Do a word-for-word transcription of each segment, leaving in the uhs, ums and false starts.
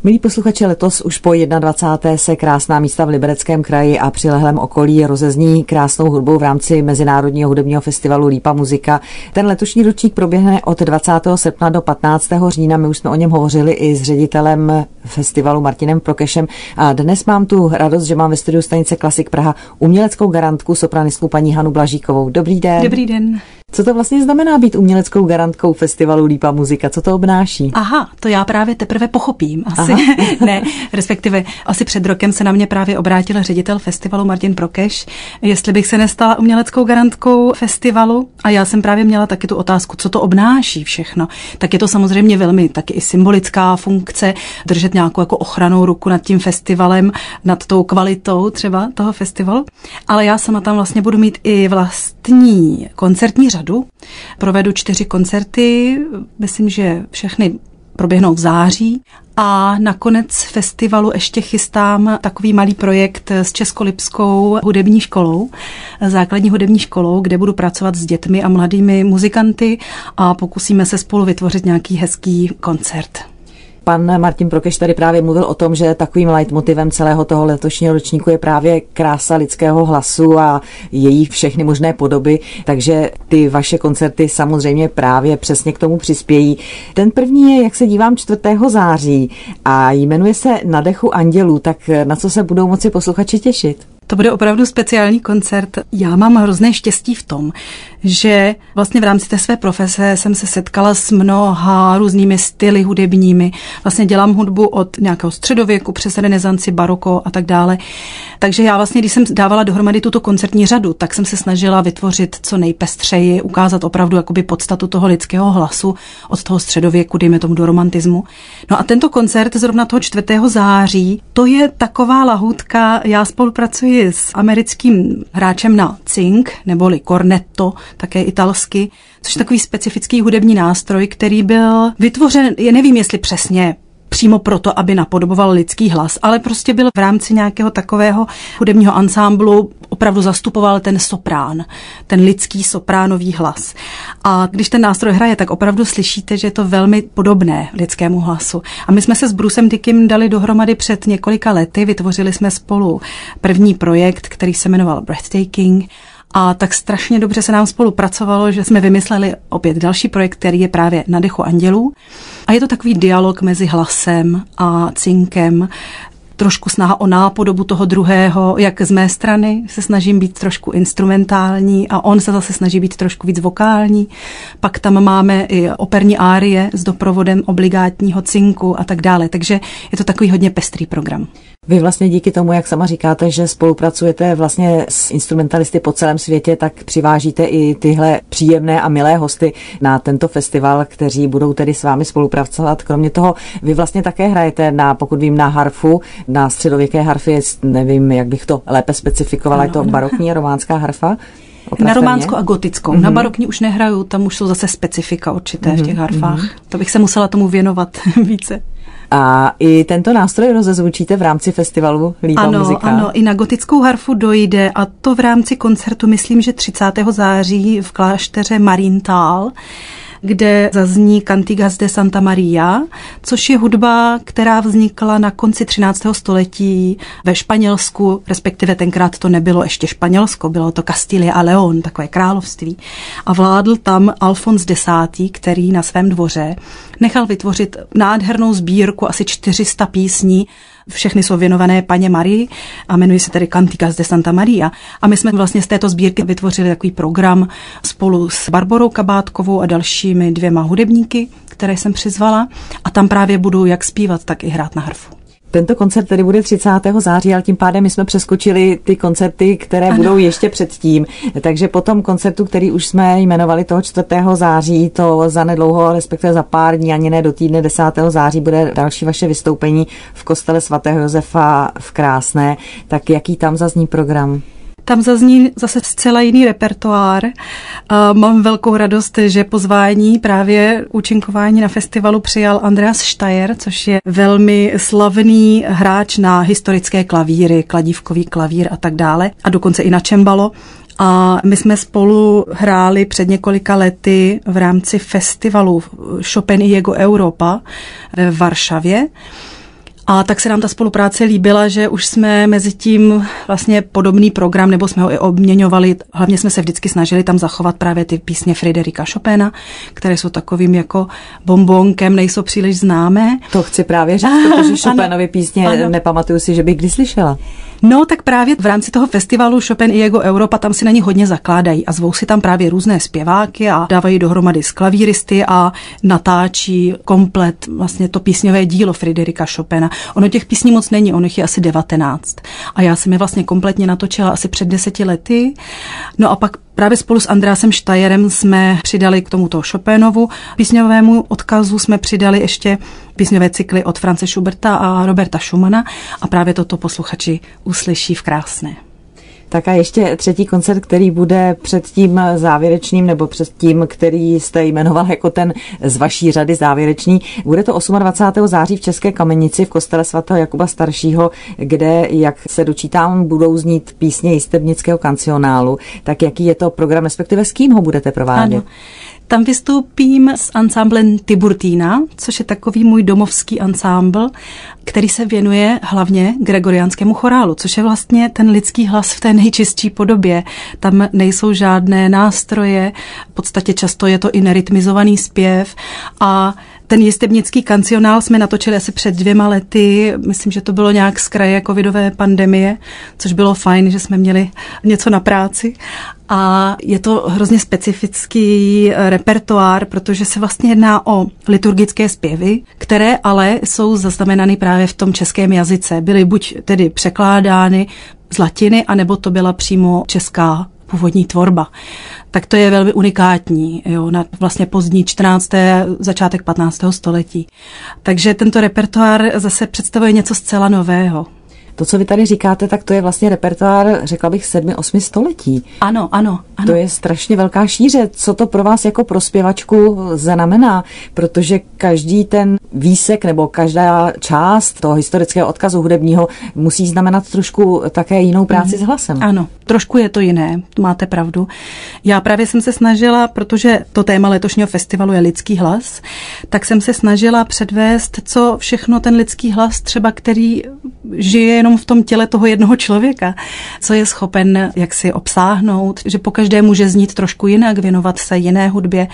Milí posluchači, letos už po dvacáté první se krásná místa v Libereckém kraji a přilehlém okolí rozezní krásnou hudbou v rámci Mezinárodního hudebního festivalu Lípa Muzika. Ten letošní ročník proběhne od dvacátého srpna do patnáctého října. My už jsme o něm hovořili i s ředitelem festivalu Martinem Prokešem. A dnes mám tu radost, že mám ve studiu stanice Klasik Praha uměleckou garantku, sopranistku paní Hanu Blažíkovou. Dobrý den. Dobrý den. Co to vlastně znamená být uměleckou garantkou festivalu Lípa Muzika? Co to obnáší? Aha, to já právě teprve pochopím. Asi ne, respektive asi před rokem se na mě právě obrátil ředitel festivalu Martin Prokeš, jestli bych se nestala uměleckou garantkou festivalu. A já jsem právě měla taky tu otázku, co to obnáší všechno. Tak je to samozřejmě velmi taky i symbolická funkce, držet nějakou jako ochranou ruku nad tím festivalem, nad tou kvalitou třeba toho festivalu. Ale já sama tam vlastně budu mít i vlastní koncertní řadu. Provedu čtyři koncerty, myslím, že všechny proběhnou v září. A nakonec festivalu ještě chystám takový malý projekt s Českolipskou hudební školou, základní hudební školou, kde budu pracovat s dětmi a mladými muzikanty a pokusíme se spolu vytvořit nějaký hezký koncert. Pan Martin Prokeš tady právě mluvil o tom, že takovým leitmotivem celého toho letošního ročníku je právě krása lidského hlasu a její všechny možné podoby, takže ty vaše koncerty samozřejmě právě přesně k tomu přispějí. Ten první je, jak se dívám, čtvrtého září a jmenuje se Na dechu andělů, tak na co se budou moci posluchači těšit? To bude opravdu speciální koncert. Já mám hrozné štěstí v tom, že vlastně v rámci té své profese jsem se setkala s mnoha různými styly hudebními. Vlastně dělám hudbu od nějakého středověku přes renesanci, baroko a tak dále. Takže já vlastně, když jsem dávala dohromady tuto koncertní řadu, tak jsem se snažila vytvořit co nejpestřeji, ukázat opravdu jakoby podstatu toho lidského hlasu od toho středověku, dejme tomu do romantismu. No a tento koncert zrovna toho čtvrtého září, to je taková lahůdka, já spolupracuji s americkým hráčem na cink, neboli cornetto, také italsky, což je takový specifický hudební nástroj, který byl vytvořen, je nevím, jestli přesně přímo proto, aby napodoboval lidský hlas, ale prostě byl v rámci nějakého takového hudebního ansámblu, opravdu zastupoval ten soprán, ten lidský sopránový hlas. A když ten nástroj hraje, tak opravdu slyšíte, že je to velmi podobné lidskému hlasu. A my jsme se s Brucem Dickem dali dohromady před několika lety, vytvořili jsme spolu první projekt, který se jmenoval Breathtaking. A tak strašně dobře se nám spolupracovalo, že jsme vymysleli opět další projekt, který je právě Na dechu andělů. A je to takový dialog mezi hlasem a cinkem, trošku snaha o nápodobu toho druhého, jak z mé strany se snažím být trošku instrumentální a on se zase snaží být trošku víc vokální. Pak tam máme i operní árie s doprovodem obligátního cinku a tak dále. Takže je to takový hodně pestrý program. Vy vlastně díky tomu, jak sama říkáte, že spolupracujete vlastně s instrumentalisty po celém světě, tak přivážíte i tyhle příjemné a milé hosty na tento festival, kteří budou tedy s vámi spolupracovat. Kromě toho, vy vlastně také hrajete na, pokud vím, na harfu, na středověké harfě, nevím, jak bych to lépe specifikovala, ano, je to ano. Barokní a románská harfa? Na románskou a gotickou. Mm-hmm. Na barokní už nehraju, tam už jsou zase specifika určité mm-hmm. v těch harfách. Mm-hmm. To bych se musela tomu věnovat více. A i tento nástroj rozezvučíte v rámci festivalu Lípa ano, Muzika? Ano, i na gotickou harfu dojde a to v rámci koncertu, myslím, že třicátého září v klášteře Marienthal, kde zazní Cantigas de Santa Maria, což je hudba, která vznikla na konci třináctého století ve Španělsku, respektive tenkrát to nebylo ještě Španělsko, bylo to Kastilie a León, takové království. A vládl tam Alfons desátý, který na svém dvoře nechal vytvořit nádhernou sbírku asi čtyři sta písní. Všechny jsou věnované Panně Marii a jmenují se tedy Cantigas de Santa Maria. A my jsme vlastně z této sbírky vytvořili takový program spolu s Barborou Kabátkovou a dalšími dvěma hudebníky, které jsem přizvala. A tam právě budu jak zpívat, tak i hrát na harfu. Tento koncert tedy bude třicátého září, ale tím pádem my jsme přeskočili ty koncerty, které ano. budou ještě předtím. Takže po tom koncertu, který už jsme jmenovali toho čtvrtého září, to zanedlouho, respektive za pár dní, ani ne do týdne desátého září, bude další vaše vystoupení v kostele svatého Josefa v Krásné. Tak jaký tam zazní program? Tam zazní zase zcela jiný repertoár. Mám velkou radost, že pozvání právě účinkování na festivalu přijal Andreas Steyr, což je velmi slavný hráč na historické klavíry, kladívkový klavír a tak dále, a dokonce i na čembalo. A my jsme spolu hráli před několika lety v rámci festivalu Chopin i jego Europa ve Varšavě. A tak se nám ta spolupráce líbila, že už jsme mezi tím vlastně podobný program, nebo jsme ho i obměňovali. Hlavně jsme se vždycky snažili tam zachovat právě ty písně Fryderika Chopina, které jsou takovým jako bonbonkem, nejsou příliš známé. To chci právě říct, protože Chopinovy písně ano. Nepamatuju si, že bych kdy slyšela. No, tak právě v rámci toho festivalu Chopin i jego Europa tam si na ní hodně zakládají a zvou si tam právě různé zpěváky a dávají dohromady klavíristy a natáčí komplet vlastně to písňové dílo Fryderika Chopina. Ono těch písní moc není, ono je asi devatenáct. A já jsem je vlastně kompletně natočila asi před deseti lety. No a pak právě spolu s Andreasem Štajerem jsme přidali k tomuto Chopinovu písňovému odkazu, jsme přidali ještě písňové cykly od Franze Schuberta a Roberta Schumana a právě toto posluchači uslyší v Krásné. Tak a ještě třetí koncert, který bude před tím závěrečným, nebo před tím, který jste jmenoval jako ten z vaší řady závěrečný. Bude to dvacátého osmého září v České Kamenici v kostele svatého Jakuba Staršího, kde, jak se dočítám, budou znít písně jistebnického kancionálu. Tak jaký je to program, respektive s kým ho budete provádět? Ano. Tam vystoupím s ansámblem Tiburtina, což je takový můj domovský ansámbl, který se věnuje hlavně gregoriánskému chorálu, což je vlastně ten lidský hlas v té nejčistší podobě. Tam nejsou žádné nástroje, v podstatě často je to i nerytmizovaný zpěv a ten jistebnický kancionál jsme natočili asi před dvěma lety, myslím, že to bylo nějak z kraje covidové pandemie, což bylo fajn, že jsme měli něco na práci. A je to hrozně specifický repertoár, protože se vlastně jedná o liturgické zpěvy, které ale jsou zaznamenány právě v tom českém jazyce. Byly buď tedy překládány z latiny, anebo to byla přímo česká původní tvorba. Tak to je velmi unikátní, jo, na vlastně pozdní čtrnáctého začátek patnáctého století. Takže tento repertoár zase představuje něco zcela nového. To, co vy tady říkáte, tak to je vlastně repertoár, řekla bych, sedmi, osmi století. Ano, ano, ano. To je strašně velká šíře. Co to pro vás jako pro zpěvačku znamená? Protože každý ten výsek nebo každá část toho historického odkazu hudebního musí znamenat trošku také jinou práci mm. s hlasem. Ano, trošku je to jiné, máte pravdu. Já právě jsem se snažila, protože to téma letošního festivalu je lidský hlas, tak jsem se snažila předvést, co všechno ten lidský hlas, třeba který žije jenom v tom těle toho jednoho člověka, co je schopen jak si obsáhnout, že po každé může znít trošku jinak, věnovat se jiné hudbě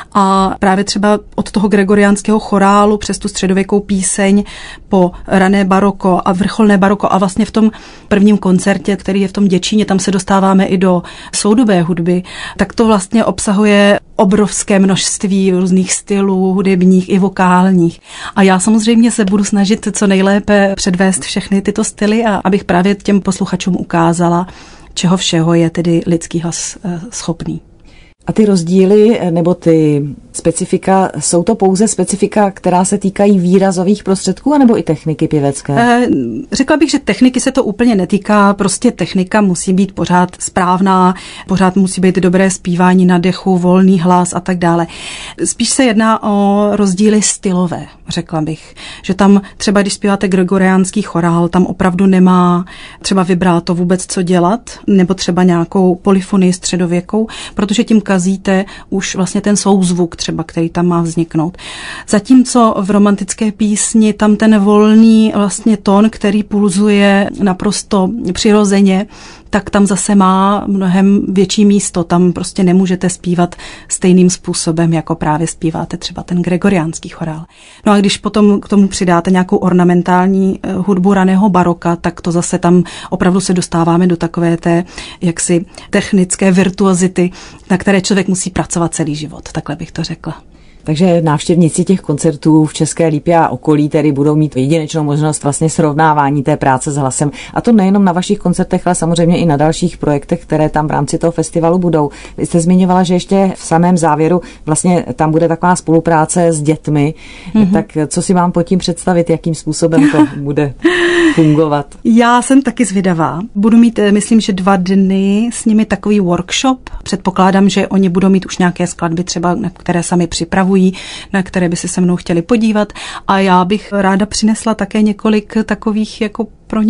a právě třeba od toho gregoriánského chorálu přes tu středověkou píseň po rané baroko a vrcholné baroko a vlastně v tom prvním koncertě, který je v tom Děčíně, tam se dostáváme i do soudobé hudby, tak to vlastně obsahuje obrovské množství různých stylů hudebních i vokálních. A já samozřejmě se budu snažit co nejlépe předvést všechny tyto styly a abych právě těm posluchačům ukázala, čeho všeho je tedy lidský hlas schopný. A ty rozdíly nebo ty specifika, jsou to pouze specifika, která se týkají výrazových prostředků, anebo i techniky pěvecké? E, řekla bych, že techniky se to úplně netýká, prostě technika musí být pořád správná, pořád musí být dobré zpívání na dechu, volný hlas a tak dále. Spíš se jedná o rozdíly stylové, řekla bych, že tam třeba, když zpíváte gregoriánský chorál, tam opravdu nemá třeba vibráto vůbec co dělat, nebo třeba nějakou polyfonii středověkou, protože tím kazíte už vlastně ten souzvuk třeba, který tam má vzniknout. Zatímco v romantické písni tam ten volný vlastně tón, který pulzuje naprosto přirozeně, tak tam zase má mnohem větší místo. Tam prostě nemůžete zpívat stejným způsobem, jako právě zpíváte třeba ten gregoriánský chorál. No a když potom k tomu přidáte nějakou ornamentální hudbu raného baroka, tak to zase tam opravdu se dostáváme do takové té jaksi technické virtuozity, na které člověk musí pracovat celý život, takhle bych to řekla. Takže návštěvníci těch koncertů v České Lípě a okolí tedy budou mít jedinečnou možnost vlastně srovnávání té práce s hlasem. A to nejenom na vašich koncertech, ale samozřejmě i na dalších projektech, které tam v rámci toho festivalu budou. Vy jste zmiňovala, že ještě v samém závěru vlastně tam bude taková spolupráce s dětmi. Mm-hmm. Tak co si mám pod tím představit, jakým způsobem to bude fungovat? Já jsem taky zvědavá. Budu mít, myslím, že dva dny s nimi takový workshop. Předpokládám, že oni budou mít už nějaké skladby třeba, které sami připravují, na které by se se mnou chtěli podívat a já bych ráda přinesla také několik takových jako pro ně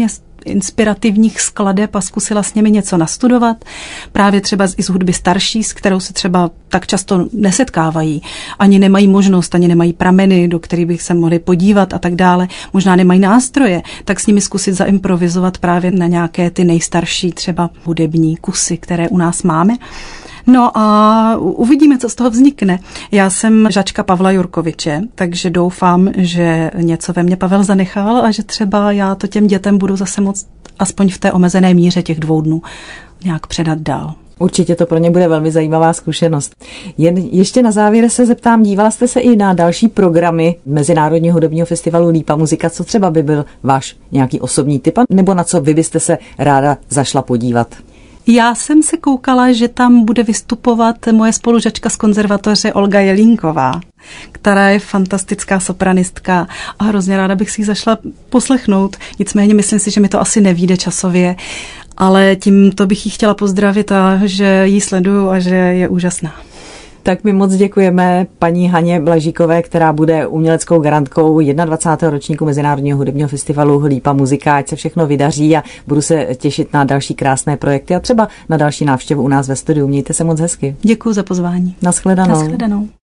inspirativních skladeb a zkusila s nimi něco nastudovat. Právě třeba i z hudby starší, s kterou se třeba tak často nesetkávají. Ani nemají možnost, ani nemají prameny, do kterých bych se mohli podívat a tak dále. Možná nemají nástroje, tak s nimi zkusit zaimprovizovat právě na nějaké ty nejstarší třeba hudební kusy, které u nás máme. No a uvidíme, co z toho vznikne. Já jsem žačka Pavla Jurkoviče, takže doufám, že něco ve mně Pavel zanechal a že třeba já to těm dětem budu zase moct aspoň v té omezené míře těch dvou dnů nějak předat dál. Určitě to pro ně bude velmi zajímavá zkušenost. Jen ještě na závěr se zeptám, dívala jste se i na další programy Mezinárodního hudebního festivalu Lípa muzika, co třeba by byl váš nějaký osobní tip, nebo na co vy byste se ráda zašla podívat? Já jsem se koukala, že tam bude vystupovat moje spolužačka z konzervatoře Olga Jelínková, která je fantastická sopranistka a hrozně ráda bych si ji zašla poslechnout. Nicméně myslím si, že mi to asi nevyjde časově, ale tímto bych jí chtěla pozdravit a že ji sleduju a že je úžasná. Tak my moc děkujeme paní Haně Blažíkové, která bude uměleckou garantkou dvacátého prvního ročníku Mezinárodního hudebního festivalu Lípa muzika. Ať se všechno vydaří a budu se těšit na další krásné projekty a třeba na další návštěvu u nás ve studiu. Mějte se moc hezky. Děkuji za pozvání. Naschledanou. Naschledanou.